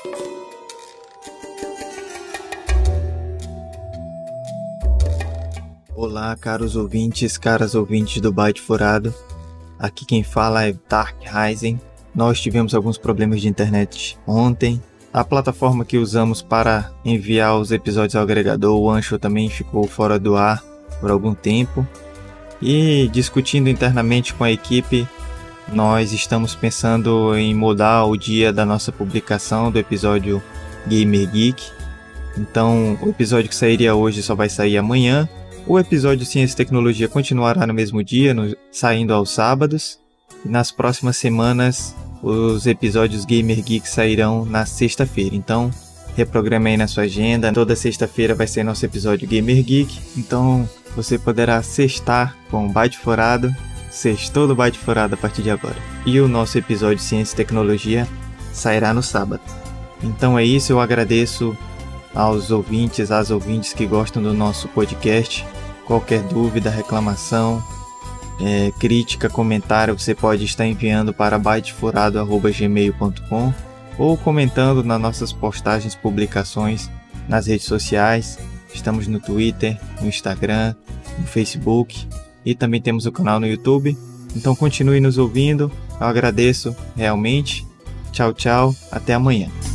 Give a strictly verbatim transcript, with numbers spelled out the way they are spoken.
Olá, caros ouvintes, caras ouvintes do Byte Furado. Aqui quem fala é Dark Rising. Nós tivemos alguns problemas de internet ontem. A plataforma que usamos para enviar os episódios ao agregador, o Anchor, também ficou fora do ar por algum tempo. E discutindo internamente com a equipe, nós estamos pensando em mudar o dia da nossa publicação do episódio Gamer Geek. Então, o episódio que sairia hoje só vai sair amanhã. O episódio Ciência e Tecnologia continuará no mesmo dia, no, saindo aos sábados. E nas próximas semanas, os episódios Gamer Geek sairão na sexta-feira. Então, reprograme aí na sua agenda. Toda sexta-feira vai ser nosso episódio Gamer Geek. Então, você poderá sextar com o Byte Furado. Sextou do Byte Furado a partir de agora. E o nosso episódio Ciência e Tecnologia sairá no sábado. Então é isso, eu agradeço aos ouvintes, às ouvintes que gostam do nosso podcast. Qualquer dúvida, reclamação, é, crítica, comentário, você pode estar enviando para byte furado arroba gmail ponto com ou comentando nas nossas postagens, publicações nas redes sociais. Estamos no Twitter, no Instagram, no Facebook e também temos o canal no YouTube. Então continue nos ouvindo, eu agradeço realmente. Tchau, tchau, até amanhã.